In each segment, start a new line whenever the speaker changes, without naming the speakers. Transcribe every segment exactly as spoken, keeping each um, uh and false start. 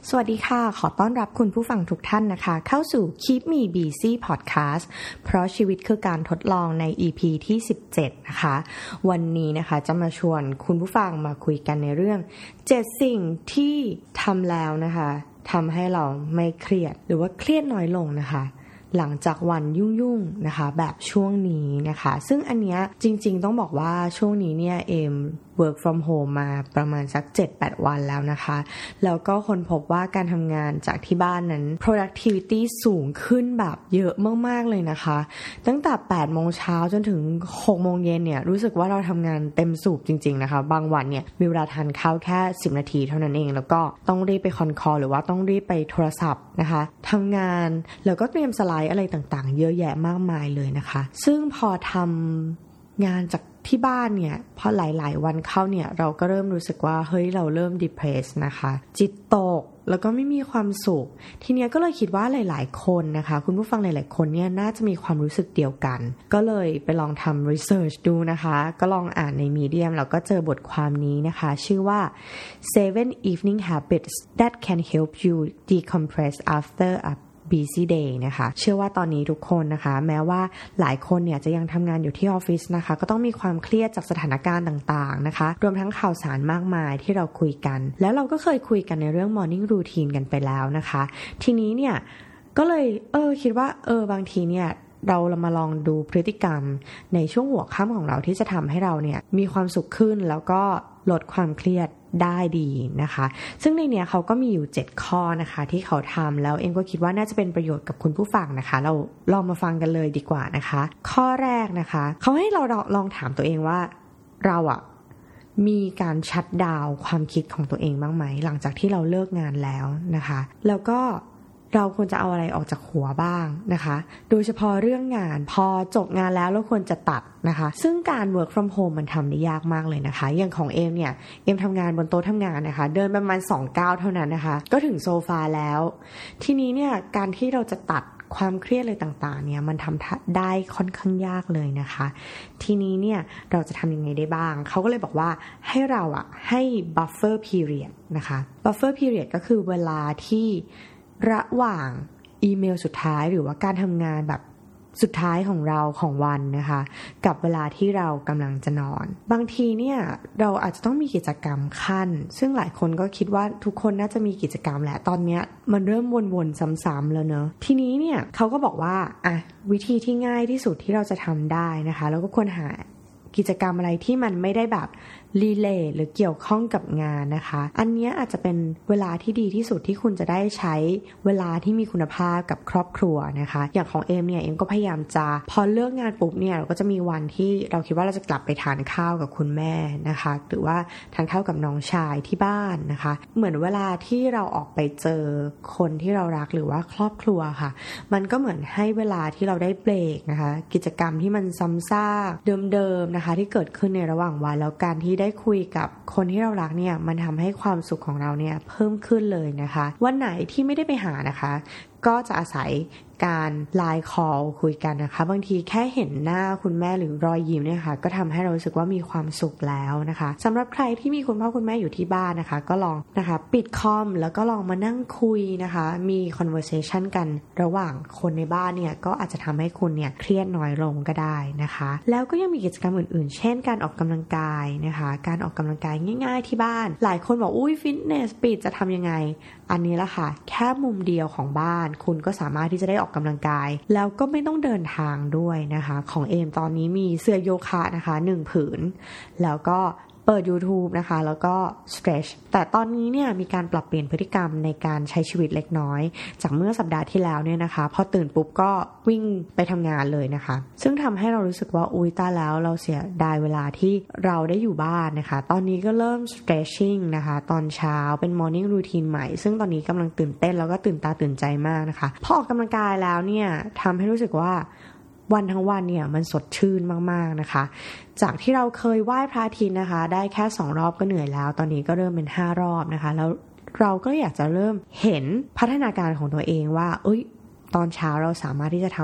สวัสดีค่ะขอต้อนรับคุณผู้ฟังทุกท่านนะคะเข้าสู่ Keep Me Busy Podcast เพราะชีวิตคือการทดลองใน อี พี ที่สิบเจ็ดนะคะวันนี้นะคะจะมาชวนคุณผู้ฟังมาคุยกันในเรื่องเจ็ดสิ่งที่ทำแล้วนะคะทำให้เราไม่เครียดหรือว่าเครียดน้อยลงนะคะหลังจากวันยุ่งๆนะคะแบบช่วงนี้นะคะซึ่งอันเนี้ยจริงๆต้องบอกว่าช่วงนี้เนี่ยเอม work from home มาประมาณสัก เจ็ดแปด วันแล้วนะคะแล้วก็คนพบว่าการทำงานจากที่บ้านนั้น productivity สูงขึ้นแบบเยอะมากๆเลยนะคะตั้งแต่ แปดโมงเช้าจนถึง หกโมงเย็นเนี่ยรู้สึกว่าเราทำงานเต็มสูบจริงๆนะคะบางวันเนี่ยมีเวลาทานข้าวแค่สิบนาทีเท่านั้นเองแล้วก็ต้องรีบไปคอนคอลหรือว่าต้องรีบไปโทรศัพท์นะคะทำงานแล้วก็เตรียมสไลด์อะไรต่างๆเยอะแยะมากมายเลยนะคะซึ่งพอทำงานจากที่บ้านเนี่ยพอหลายๆวันเข้าเนี่ยเราก็เริ่มรู้สึกว่าเฮ้ยเราเริ่ม depress นะคะจิตตกแล้วก็ไม่มีความสุขทีเนี้ยก็เลยคิดว่าหลายๆคนนะคะคุณผู้ฟังหลายๆคนเนี่ยน่าจะมีความรู้สึกเดียวกันก็เลยไปลองทำ research ดูนะคะก็ลองอ่านใน Medium แล้วก็เจอบทความนี้นะคะชื่อว่า seven evening habits that can help you decompress after a busy day นะคะเชื่อว่าตอนนี้ทุกคนนะคะแม้ว่าหลายคนเนี่ยจะยังทำงานอยู่ที่ออฟฟิศนะคะก็ต้องมีความเครียดจากสถานการณ์ต่างๆนะคะรวมทั้งข่าวสารมากมายที่เราคุยกันแล้วเราก็เคยคุยกันในเรื่อง morning routine กันไปแล้วนะคะทีนี้เนี่ยก็เลยเออคิดว่าเออบางทีเนี่ยเรามาลองดูพฤติกรรมในช่วงหัวค่ำของเราที่จะทำให้เราเนี่ยมีความสุขขึ้นแล้วก็ลดความเครียดได้ดีนะคะซึ่งในเนี้ยเขาก็มีอยู่เจ็ดข้อนะคะที่เขาทำแล้วเองก็คิดว่าน่าจะเป็นประโยชน์กับคุณผู้ฟังนะคะเราลองมาฟังกันเลยดีกว่านะคะข้อแรกนะคะเขาให้เราลองถามตัวเองว่าเราอะมีการชัตดาวน์ความคิดของตัวเองบ้างไหมหลังจากที่เราเลิกงานแล้วนะคะแล้วก็เราควรจะเอาอะไรออกจากหัวบ้างนะคะโดยเฉพาะเรื่องงานพอจบงานแล้วเราควรจะตัดนะคะซึ่งการ work from home มันทำได้ยากมากเลยนะคะอย่างของเอมเนี่ยเอมทำงานบนโต๊ะทำงานนะคะเดินประมาณสองก้าวเท่านั้นนะคะก็ถึงโซฟาแล้วทีนี้เนี่ยการที่เราจะตัดความเครียดอะไรต่างๆเนี่ยมันทำได้ค่อนข้างยากเลยนะคะทีนี้เนี่ยเราจะทำยังไงได้บ้างเขาก็เลยบอกว่าให้เราอ่ะให้ buffer period นะคะ buffer period ก็คือเวลาที่ระหว่างอีเมลสุดท้ายหรือว่าการทำงานแบบสุดท้ายของเราของวันนะคะกับเวลาที่เรากำลังจะนอนบางทีเนี่ยเราอาจจะต้องมีกิจกรรมขั้นซึ่งหลายคนก็คิดว่าทุกคนน่าจะมีกิจกรรมแหละตอนนี้มันเริ่มวนๆซ้ำๆแล้วเนอะทีนี้เนี่ยเขาก็บอกว่าอ่ะวิธีที่ง่ายที่สุดที่เราจะทำได้นะคะแล้วก็ควรหากิจกรรมอะไรที่มันไม่ได้แบบรีเลย์หรือเกี่ยวข้องกับงานนะคะอันนี้อาจจะเป็นเวลาที่ดีที่สุดที่คุณจะได้ใช้เวลาที่มีคุณภาพกับครอบครัวนะคะอย่างของเอมเนี่ยเอมก็พยายามจะพอเลิกงานปุ๊บเนี่ยเราก็จะมีวันที่เราคิดว่าเราจะกลับไปทานข้าวกับคุณแม่นะคะหรือว่าทานข้าวกับน้องชายที่บ้านนะคะเหมือนเวลาที่เราออกไปเจอคนที่เรารักหรือว่าครอบครัวค่ะมันก็เหมือนให้เวลาที่เราได้เบรกนะคะกิจกรรมที่มันซ้ำซากเดิมๆนะคะที่เกิดขึ้นในระหว่างวันแล้วการที่ได้คุยกับคนที่เรารักเนี่ยมันทำให้ความสุขของเราเนี่ยเพิ่มขึ้นเลยนะคะวันไหนที่ไม่ได้ไปหานะคะก็จะอาศัยการไลน์คอลคุยกันนะคะบางทีแค่เห็นหน้าคุณแม่หรือรอยยิ้มเนี่ยค่ะก็ทำให้เรารู้สึกว่ามีความสุขแล้วนะคะสำหรับใครที่มีคุณพ่อคุณแม่อยู่ที่บ้านนะคะก็ลองนะคะปิดคอมแล้วก็ลองมานั่งคุยนะคะมี conversation กันระหว่างคนในบ้านเนี่ยก็อาจจะทำให้คุณเนี่ยเครียดน้อยลงก็ได้นะคะแล้วก็ยังมีกิจกรรมอื่นๆเช่นการออกกำลังกายนะคะการออกกำลังกายง่ายๆที่บ้านหลายคนบอกอุ้ยฟิตเนสปิดจะทำยังไงอันนี้ละค่ะแค่มุมเดียวของบ้านคุณก็สามารถที่จะได้ออกกำลังกายแล้วก็ไม่ต้องเดินทางด้วยนะคะของเอมตอนนี้มีเสื้อโยคะนะคะหนึ่งผืนแล้วก็เปิด YouTube นะคะแล้วก็ stretch แต่ตอนนี้เนี่ยมีการปรับเปลี่ยนพฤติกรรมในการใช้ชีวิตเล็กน้อยจากเมื่อสัปดาห์ที่แล้วเนี่ยนะคะพอตื่นปุ๊บก็วิ่งไปทำงานเลยนะคะซึ่งทำให้เรารู้สึกว่าอุ๊ยตายแล้วเราเสียดายเวลาที่เราได้อยู่บ้านนะคะตอนนี้ก็เริ่ม stretching นะคะตอนเช้าเป็น morning routine ใหม่ซึ่งตอนนี้กำลังตื่นเต้นแล้วก็ตื่นตาตื่นใจมากนะคะพอออกกำลังกายแล้วเนี่ยทำให้รู้สึกว่าวันทั้งวันเนี่ยมันสดชื่นมากๆนะคะจากที่เราเคยไหว้พระอาทิตย์นะคะได้แค่สองรอบก็เหนื่อยแล้วตอนนี้ก็เริ่มเป็นห้ารอบนะคะแล้วเราก็อยากจะเริ่มเห็นพัฒนาการของตัวเองว่าเอ้ยตอนเช้าเราสามารถที่จะทำ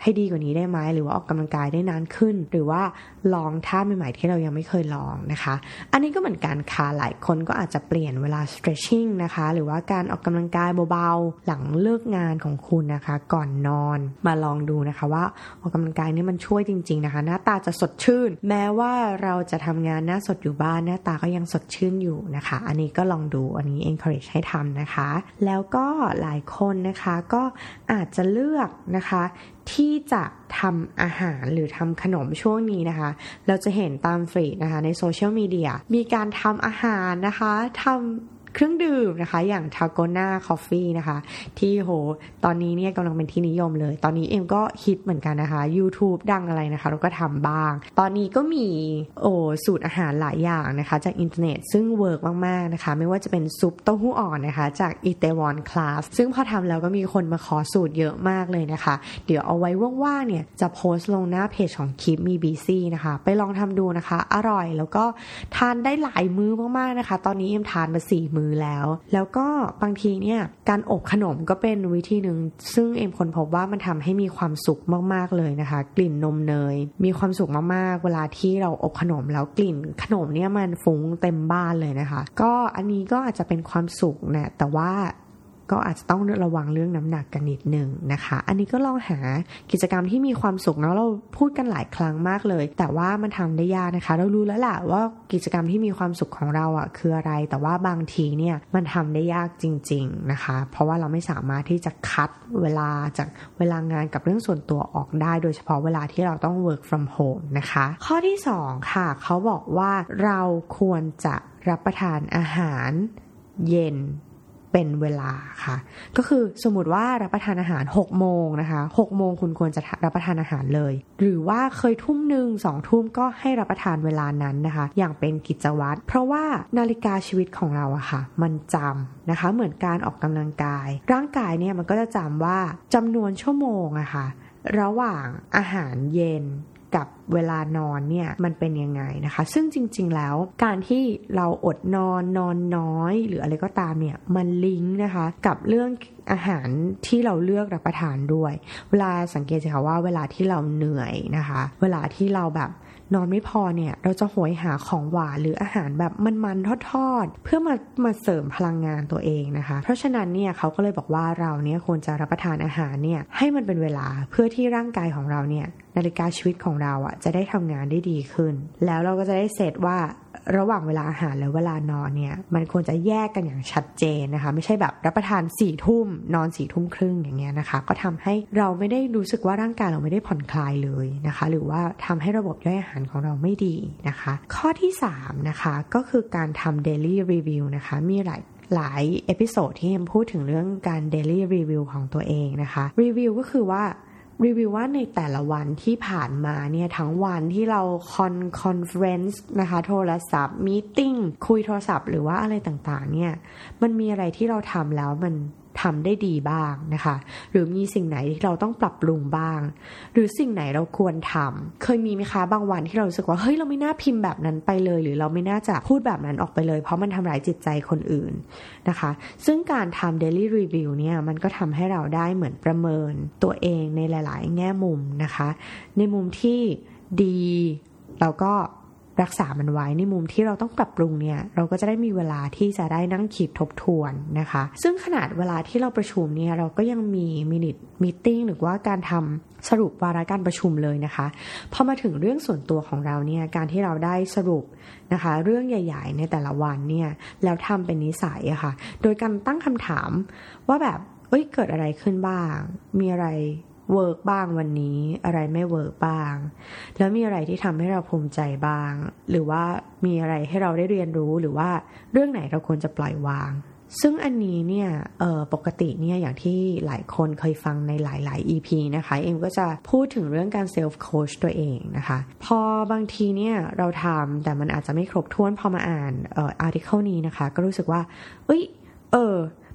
ให้ดีกว่านี้ได้ไหมหรือว่าออกกำลังกายได้นานขึ้นหรือว่าลองท่าใหม่ๆที่เรายังไม่เคยลองนะคะอันนี้ก็เหมือนกันค่ะหลายคนก็อาจจะเปลี่ยนเวลา stretching นะคะหรือว่าการออกกำลังกายเบาๆหลังเลิกงานของคุณนะคะก่อนนอนมาลองดูนะคะว่าออกกำลังกายนี่มันช่วยจริงๆนะคะหน้าตาจะสดชื่นแม้ว่าเราจะทำงานหน้าสดอยู่บ้านหน้าตาก็ยังสดชื่นอยู่นะคะอันนี้ก็ลองดูอันนี้ encourage ให้ทำนะคะแล้วก็หลายคนนะคะก็อาจจะเลือกนะคะที่จะทำอาหารหรือทำขนมช่วงนี้นะคะเราจะเห็นตามฟีดนะคะในโซเชียลมีเดียมีการทำอาหารนะคะทำเครื่องดื่มนะคะอย่าง Dalgona Coffee นะคะที่โหตอนนี้เนี่ยกำลังเป็นที่นิยมเลยตอนนี้เอ็มก็ฮิตเหมือนกันนะคะ YouTube ดังอะไรนะคะเราก็ทำบ้างตอนนี้ก็มีโอ้สูตรอาหารหลายอย่างนะคะจากอินเทอร์เน็ตซึ่งเวิร์กมากๆนะคะไม่ว่าจะเป็นซุปเต้าหู้อ่อนนะคะจาก Itaewon Class ซึ่งพอทำแล้วก็มีคนมาขอสูตรเยอะมากเลยนะคะเดี๋ยวเอาไว้ว่างๆเนี่ยจะโพสต์ลงหน้าเพจของ Keep Me Busy นะคะไปลองทำดูนะคะอร่อยแล้วก็ทานได้หลายมื้อมากๆนะคะตอนนี้เอ็มทานมาสี่มื้อแล้วแล้วก็บางทีเนี่ยการอบขนมก็เป็นวิธีหนึ่งซึ่งเอ็มค้นพบว่ามันทำให้มีความสุขมากๆเลยนะคะกลิ่นนมเนยมีความสุขมากๆเวลาที่เราอบขนมแล้วกลิ่นขนมเนี่ยมันฟุ้งเต็มบ้านเลยนะคะก็อันนี้ก็อาจจะเป็นความสุขนะแต่ว่าก็อาจจะต้องระวังเรื่องน้ำหนักกันนิดนึงนะคะอันนี้ก็ลองหากิจกรรมที่มีความสุขเนาะเราพูดกันหลายครั้งมากเลยแต่ว่ามันทำได้ยากนะคะเรารู้แล้วแหละว่ากิจกรรมที่มีความสุขของเราอ่ะคืออะไรแต่ว่าบางทีเนี่ยมันทำได้ยากจริงๆนะคะเพราะว่าเราไม่สามารถที่จะคัดเวลาจากเวลางานกับเรื่องส่วนตัวออกได้โดยเฉพาะเวลาที่เราต้อง work from home นะคะข้อที่สองค่ะเขาบอกว่าเราควรจะรับประทานอาหารเย็นเป็นเวลาค่ะก็คือสมมุติว่ารับประทานอาหารหกโมงนะคะหกโมงคุณควรจะรับประทานอาหารเลยหรือว่าเคยทุ่มหนึ่งสองทุ่มก็ให้รับประทานเวลานั้นนะคะอย่างเป็นกิจวัตรเพราะว่านาฬิกาชีวิตของเราอะค่ะมันจำนะคะเหมือนการออกกำลังกายร่างกายเนี่ยมันก็จะจำว่าจำนวนชั่วโมงอะค่ะระหว่างอาหารเย็นกับเวลานอนเนี่ยมันเป็นยังไงนะคะซึ่งจริงๆแล้วการที่เราอดนอนนอนน้อยหรืออะไรก็ตามเนี่ยมันลิงก์นะคะกับเรื่องอาหารที่เราเลือกรับประทานด้วยเวลาสังเกตสิคะว่าเวลาที่เราเหนื่อยนะคะเวลาที่เราแบบนอนไม่พอเนี่ยเราจะโหยหาของหวานหรืออาหารแบบมันๆทอดๆเพื่อมามาเสริมพลังงานตัวเองนะคะเพราะฉะนั้นเนี่ยเขาก็เลยบอกว่าเราเนี่ยควรจะรับประทานอาหารเนี่ยให้มันเป็นเวลาเพื่อที่ร่างกายของเราเนี่ยนาฬิกาชีวิตของเราอ่ะจะได้ทำงานได้ดีขึ้นแล้วเราก็จะได้เซตว่าระหว่างเวลาอาหารและเวลานอนเนี่ยมันควรจะแยกกันอย่างชัดเจนนะคะไม่ใช่แบบรับประทานสี่ทุ่มนอนสี่ทุ่มครึ่งอย่างเงี้ยนะคะก็ทำให้เราไม่ได้รู้สึกว่าร่างกายเราไม่ได้ผ่อนคลายเลยนะคะหรือว่าทำให้ระบบย่อยอาหารของเราไม่ดีนะคะข้อที่สามนะคะก็คือการทำ daily review นะคะมีหลายหลายเอพิโซดที่เอ็มพูดถึงเรื่องการ daily review ของตัวเองนะคะรีวิวก็คือว่ารีวิวว่าในแต่ละวันที่ผ่านมาเนี่ยทั้งวันที่เราคอนคอนเฟอเรนซ์นะคะโทรศัพท์มีตติ้งคุยโทรศัพท์หรือว่าอะไรต่างๆเนี่ยมันมีอะไรที่เราทำแล้วมันทำได้ดีบ้างนะคะหรือมีสิ่งไหนที่เราต้องปรับปรุงบ้างหรือสิ่งไหนเราควรทำเคยมีไหมคะบางวันที่เรารู้สึกว่าเฮ้ยเราไม่น่าพิมพ์แบบนั้นไปเลยหรือเราไม่น่าจะพูดแบบนั้นออกไปเลยเพราะมันทำร้ายจิตใจคนอื่นนะคะซึ่งการทำ daily review เนี่ยมันก็ทำให้เราได้เหมือนประเมินตัวเองในหลายๆแง่มุมนะคะในมุมที่ดีเราก็รักษามันไว้ในมุมที่เราต้องปรับปรุงเนี่ยเราก็จะได้มีเวลาที่จะได้นั่งคิดทบทวนนะคะซึ่งขนาดเวลาที่เราประชุมเนี่ยเราก็ยังมีมินิมีตติ้งหรือว่าการทำสรุปวาระการประชุมเลยนะคะพอมาถึงเรื่องส่วนตัวของเราเนี่ยการที่เราได้สรุปนะคะเรื่องใหญ่ๆในแต่ละวันเนี่ยแล้วทำเป็นนิสัยอะค่ะโดยการตั้งคำถามว่าแบบเอ้ยเกิดอะไรขึ้นบ้างมีอะไรเวิร์กบ้างวันนี้อะไรไม่เวิร์กบ้างแล้วมีอะไรที่ทำให้เราภูมิใจบ้างหรือว่ามีอะไรให้เราได้เรียนรู้หรือว่าเรื่องไหนเราควรจะปล่อยวางซึ่งอันนี้เนี่ยเอ่อปกติเนี่ยอย่างที่หลายคนเคยฟังในหลายๆ อี พี นะคะเอ็มก็จะพูดถึงเรื่องการเซลฟ์โค้ชตัวเองนะคะพอบางทีเนี่ยเราทำแต่มันอาจจะไม่ครบถ้วนพอมาอ่านเอ่ออาร์ติเคิลนี้นะคะก็รู้สึกว่าเอ้ยเออ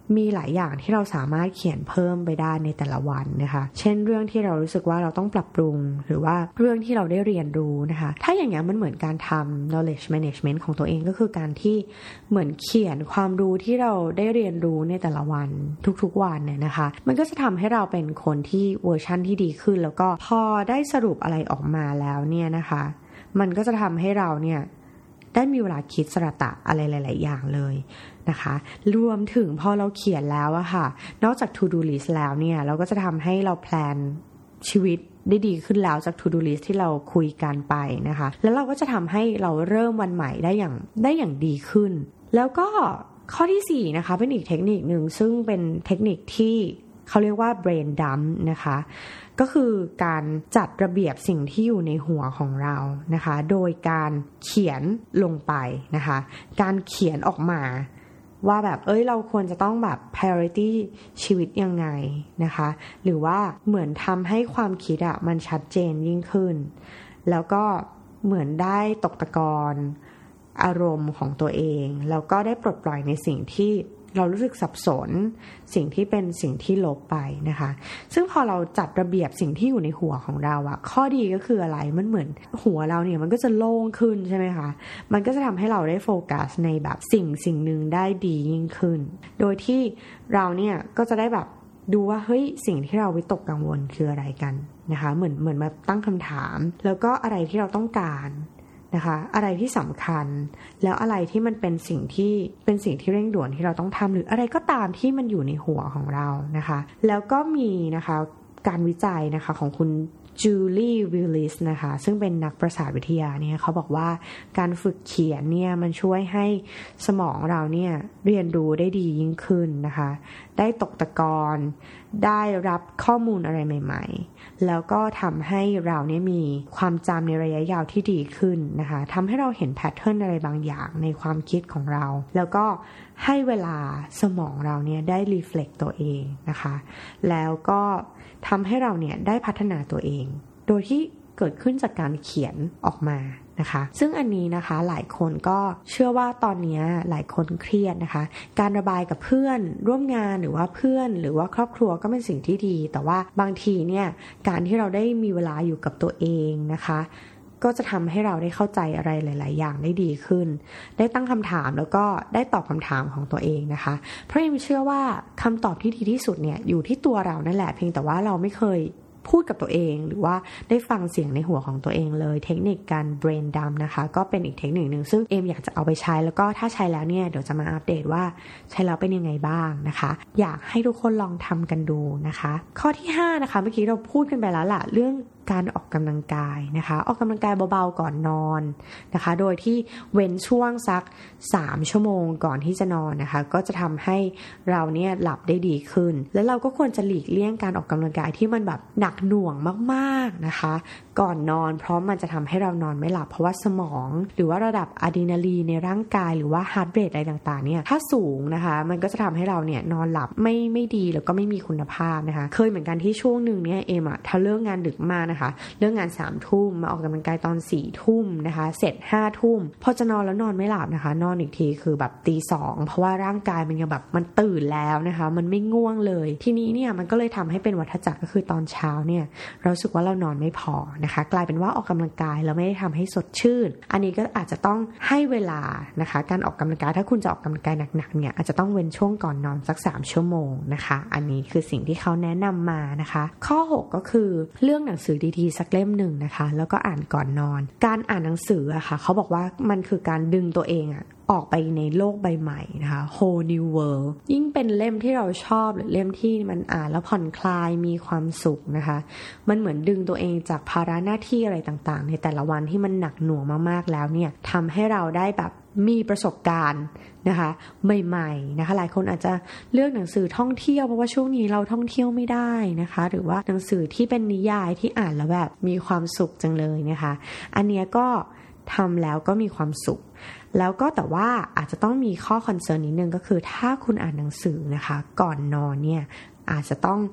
มีหลายอย่างที่เราสามารถเขียนเพิ่มไปได้ในแต่ละวันนะคะเช่นเรื่องที่เรารู้สึกว่าเราต้องปรับปรุงหรือว่าเรื่องที่เราได้เรียนรู้นะคะถ้าอย่างนี้มันเหมือนการทำ knowledge management ของตัวเองก็คือการที่เหมือนเขียนความรู้ที่เราได้เรียนรู้ในแต่ละวันทุกๆวันเนี่ยนะคะมันก็จะทำให้เราเป็นคนที่เวอร์ชั่นที่ดีขึ้นแล้วก็พอได้สรุปอะไรออกมาแล้วเนี่ยนะคะมันก็จะทำให้เราเนี่ยได้มีเวลาคิดสระตะอะไรหลายๆอย่างเลยนะคะรวมถึงพอเราเขียนแล้วอะค่ะนอกจาก to do list แล้วเนี่ยเราก็จะทำให้เราแพลนชีวิตได้ดีขึ้นแล้วจาก to do list ที่เราคุยกันไปนะคะแล้วเราก็จะทำให้เราเริ่มวันใหม่ได้อย่างได้อย่างดีขึ้นแล้วก็ข้อที่สี่นะคะเป็นอีกเทคนิคหนึ่งซึ่งเป็นเทคนิคที่เขาเรียกว่า brain dump นะคะก็คือการจัดระเบียบสิ่งที่อยู่ในหัวของเรานะคะโดยการเขียนลงไปนะคะการเขียนออกมาว่าแบบเอ้ยเราควรจะต้องแบบ priority ชีวิตยังไงนะคะหรือว่าเหมือนทำให้ความคิดอะมันชัดเจนยิ่งขึ้นแล้วก็เหมือนได้ตกตะกอนอารมณ์ของตัวเองแล้วก็ได้ปลดปล่อยในสิ่งที่เรารู้สึกสับสนสิ่งที่เป็นสิ่งที่ลบไปนะคะซึ่งพอเราจัดระเบียบสิ่งที่อยู่ในหัวของเราอะข้อดีก็คืออะไรมันเหมือนหัวเราเนี่ยมันก็จะโล่งขึ้นใช่ไหมคะมันก็จะทำให้เราได้โฟกัสในแบบสิ่งสิ่งหนึ่งได้ดียิ่งขึ้นโดยที่เราเนี่ยก็จะได้แบบดูว่าเฮ้ยสิ่งที่เราวิตกกังวลคืออะไรกันนะคะเหมือนเหมือนมาตั้งคำถามแล้วก็อะไรที่เราต้องการนะคะอะไรที่สำคัญแล้วอะไรที่มันเป็นสิ่งที่เป็นสิ่งที่เร่งด่วนที่เราต้องทำหรืออะไรก็ตามที่มันอยู่ในหัวของเรานะคะแล้วก็มีนะคะการวิจัยนะคะของคุณจูลี่วิลลิสนะคะซึ่งเป็นนักประสาทวิทยาเนี่ยเขาบอกว่าการฝึกเขียนเนี่ยมันช่วยให้สมองเราเนี่ยเรียนรู้ได้ดียิ่งขึ้นนะคะได้ตกตะกอนได้รับข้อมูลอะไรใหม่ๆแล้วก็ทำให้เราเนี่ยมีความจำในระยะยาวที่ดีขึ้นนะคะทำให้เราเห็นแพทเทิร์นอะไรบางอย่างในความคิดของเราแล้วก็ให้เวลาสมองเราเนี่ยได้รีเฟล็กตัวเองนะคะแล้วก็ทำให้เราเนี่ยได้พัฒนาตัวเองโดยที่เกิดขึ้นจากการเขียนออกมานะคะซึ่งอันนี้นะคะหลายคนก็เชื่อว่าตอนนี้หลายคนเครียดนะคะการระบายกับเพื่อนร่วมงานหรือว่าเพื่อนหรือว่าครอบครัวก็เป็นสิ่งที่ดีแต่ว่าบางทีเนี่ยการที่เราได้มีเวลาอยู่กับตัวเองนะคะก็จะทำให้เราได้เข้าใจอะไรหลายๆอย่างได้ดีขึ้นได้ตั้งคำถามแล้วก็ได้ตอบคำถามของตัวเองนะคะเพราะเอ็มเชื่อว่าคำตอบที่ดีที่สุดเนี่ยอยู่ที่ตัวเรานั่นแหละเพียงแต่ว่าเราไม่เคยพูดกับตัวเองหรือว่าได้ฟังเสียงในหัวของตัวเองเลยเทคนิคการ brain dump นะคะก็เป็นอีกเทคนิคหนึ่งซึ่งเอมอยากจะเอาไปใช้แล้วก็ถ้าใช้แล้วเนี่ยเดี๋ยวจะมาอัปเดตว่าใช้แล้วเป็นยังไงบ้างนะคะอยากให้ทุกคนลองทำกันดูนะคะข้อที่ห้านะคะเมื่อกี้เราพูดกันไปแล้วล่ะเรื่องการออกกำลังกายนะคะออกกำลังกายเบาๆก่อนนอนนะคะโดยที่เว้นช่วงสักสามชั่วโมงก่อนที่จะนอนนะคะก็จะทำให้เราเนี่ยหลับได้ดีขึ้นแล้วเราก็ควรจะหลีกเลี่ยงการออกกำลังกายที่มันแบบหนักหน่วงมากๆนะคะก่อนนอนเพราะมันจะทำให้เรานอนไม่หลับเพราะว่าสมองหรือว่าระดับอะดรีนาลีนในร่างกายหรือว่าฮาร์ทเรทอะไรต่างๆเนี่ยถ้าสูงนะคะมันก็จะทำให้เราเนี่ยนอนหลับไม่ไม่ดีแล้วก็ไม่มีคุณภาพนะคะเคยเหมือนกันที่ช่วงนึงเนี่ยเอมอะถ้าเลิกงานดึกมากนะคะเลิกงานสามทุ่มมาออกกำลังกายตอนสี่ทุ่มนะคะเสร็จห้าทุ่มพอจะนอนแล้วนอนไม่หลับนะคะนอนอีกทีคือแบบตีสองเพราะว่าร่างกายมันยังแบบมันตื่นแล้วนะคะมันไม่ง่วงเลยทีนี้เนี่ยมันก็เลยทำให้เป็นวัฏจักรก็คือตอนเช้าเนี่ยเราสึกว่าเรานอนไม่พอนะคะกลายเป็นว่าออกกำลังกายแล้วไม่ได้ทำให้สดชื่นอันนี้ก็อาจจะต้องให้เวลานะคะการออกกำลังกายถ้าคุณจะออกกำลังกายหนักๆเนี่ยอาจจะต้องเว้นช่วงก่อนนอนสักสามชั่วโมงนะคะอันนี้คือสิ่งที่เขาแนะนำมานะคะข้อหกก็คือเรื่องหนังสือดีๆสักเล่มหนึ่งนะคะแล้วก็อ่านก่อนนอนการอ่านหนังสืออะค่ะเขาบอกว่ามันคือการดึงตัวเองอะออกไปในโลกใบใหม่นะคะ whole new world ยิ่งเป็นเล่มที่เราชอบหรือเล่มที่มันอ่านแล้วผ่อนคลายมีความสุขนะคะมันเหมือนดึงตัวเองจากภาระหน้าที่อะไรต่างๆในแต่ละวันที่มันหนักหน่วงมากๆแล้วเนี่ยทำให้เราได้แบบมีประสบการณ์นะคะใหม่ๆนะคะหลายคนอาจจะเลือกหนังสือท่องเที่ยวเพราะว่าช่วงนี้เราท่องเที่ยวไม่ได้นะคะหรือว่าหนังสือที่เป็นนิยายที่อ่านแล้วแบบมีความสุขจังเลยนะคะอันเนี้ยก็ทำแล้วก็มีความสุขแล้วก็แต่ว่าอาจจะต้องมีข้อคอนเซิร์นนิดนึงก็คือถ้าคุณอ่านหนังสือนะคะก่อนนอนเนี่ยอาจจะต้อง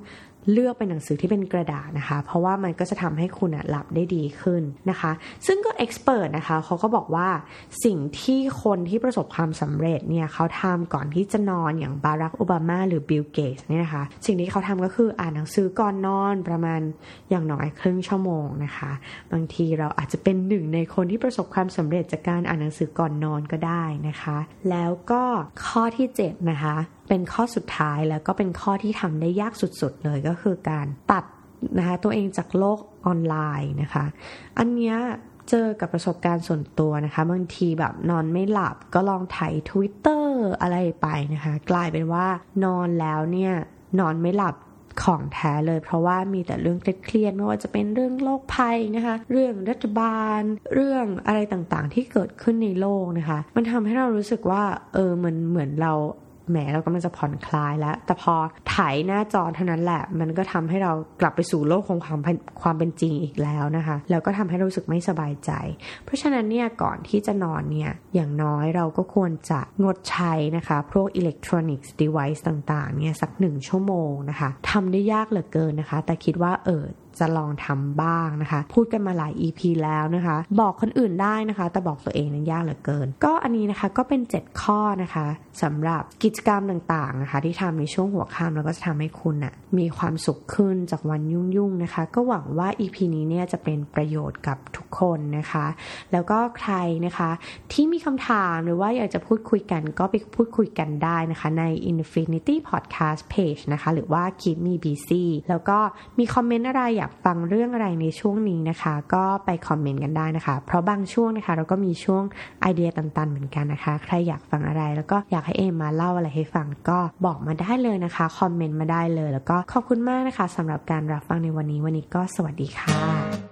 เลือกเป็นหนังสือที่เป็นกระดาษนะคะเพราะว่ามันก็จะทำให้คุณหลับได้ดีขึ้นนะคะซึ่งก็เอ็กซ์เพิร์ทนะคะเขาก็บอกว่าสิ่งที่คนที่ประสบความสำเร็จเนี่ยเขาทำก่อนที่จะนอนอย่างบารักโอบามาหรือบิลเกตส์เนี่ยนะคะสิ่งที่เขาทำก็คืออ่านหนังสือก่อนนอนประมาณอย่างน้อยครึ่งชั่วโมงนะคะบางทีเราอาจจะเป็นหนึ่งในคนที่ประสบความสำเร็จจากการอ่านหนังสือก่อนนอนก็ได้นะคะแล้วก็ข้อที่เจ็ดนะคะเป็นข้อสุดท้ายแล้วก็เป็นข้อที่ทำได้ยากสุดๆเลยก็คือการตัดนะคะตัวเองจากโลกออนไลน์นะคะอันเนี้ยเจอกับประสบการณ์ส่วนตัวนะคะบางทีแบบนอนไม่หลับก็ลองไถ Twitter อะไรไปนะคะกลายเป็นว่านอนแล้วเนี่ยนอนไม่หลับของแท้เลยเพราะว่ามีแต่เรื่องเครียดๆไม่ว่าจะเป็นเรื่องโรคภัยนะคะเรื่องรัฐบาลเรื่องอะไรต่างๆที่เกิดขึ้นในโลกนะคะมันทำให้เรารู้สึกว่าเออมันเหมือนเราแหมเราก็มันจะผ่อนคลายแล้วแต่พอถ่ายหน้าจอเท่านั้นแหละมันก็ทำให้เรากลับไปสู่โลกของความความเป็นจริงอีกแล้วนะคะแล้วก็ทำให้รู้สึกไม่สบายใจเพราะฉะนั้นเนี่ยก่อนที่จะนอนเนี่ยอย่างน้อยเราก็ควรจะงดใช้นะคะพวกอิเล็กทรอนิกส์ดีไวซ์ต่างๆเนี่ยสักหนึ่งชั่วโมงนะคะทำได้ยากเหลือเกินนะคะแต่คิดว่าเออจะลองทำบ้างนะคะพูดกันมาหลาย อี พี แล้วนะคะบอกคนอื่นได้นะคะแต่บอกตัวเองนั้นยากเหลือเกินก็อันนี้นะคะก็เป็นเจ็ดข้อนะคะสำหรับกิจกรรมต่างๆนะคะที่ทำในช่วงหัวค่ำแล้วก็จะทำให้คุณน่ะมีความสุขขึ้นจากวันยุ่งๆนะคะก็หวังว่า อี พี นี้เนี่ยจะเป็นประโยชน์กับทุกคนนะคะแล้วก็ใครนะคะที่มีคำถามหรือว่าอยากจะพูดคุยกันก็ไปพูดคุยกันได้นะคะใน Infinity Podcast Page นะคะหรือว่า Keep Me Busy แล้วก็มีคอมเมนต์อะไรอยากฟังเรื่องอะไรในช่วงนี้นะคะก็ไปคอมเมนต์กันได้นะคะเพราะบางช่วงนะคะเราก็มีช่วงไอเดียตันๆเหมือนกันนะคะใครอยากฟังอะไรแล้วก็อยากให้เอมมาเล่าอะไรให้ฟังก็บอกมาได้เลยนะคะคอมเมนต์มาได้เลยแล้วก็ขอบคุณมากนะคะสำหรับการรับฟังในวันนี้วันนี้ก็สวัสดีค่ะ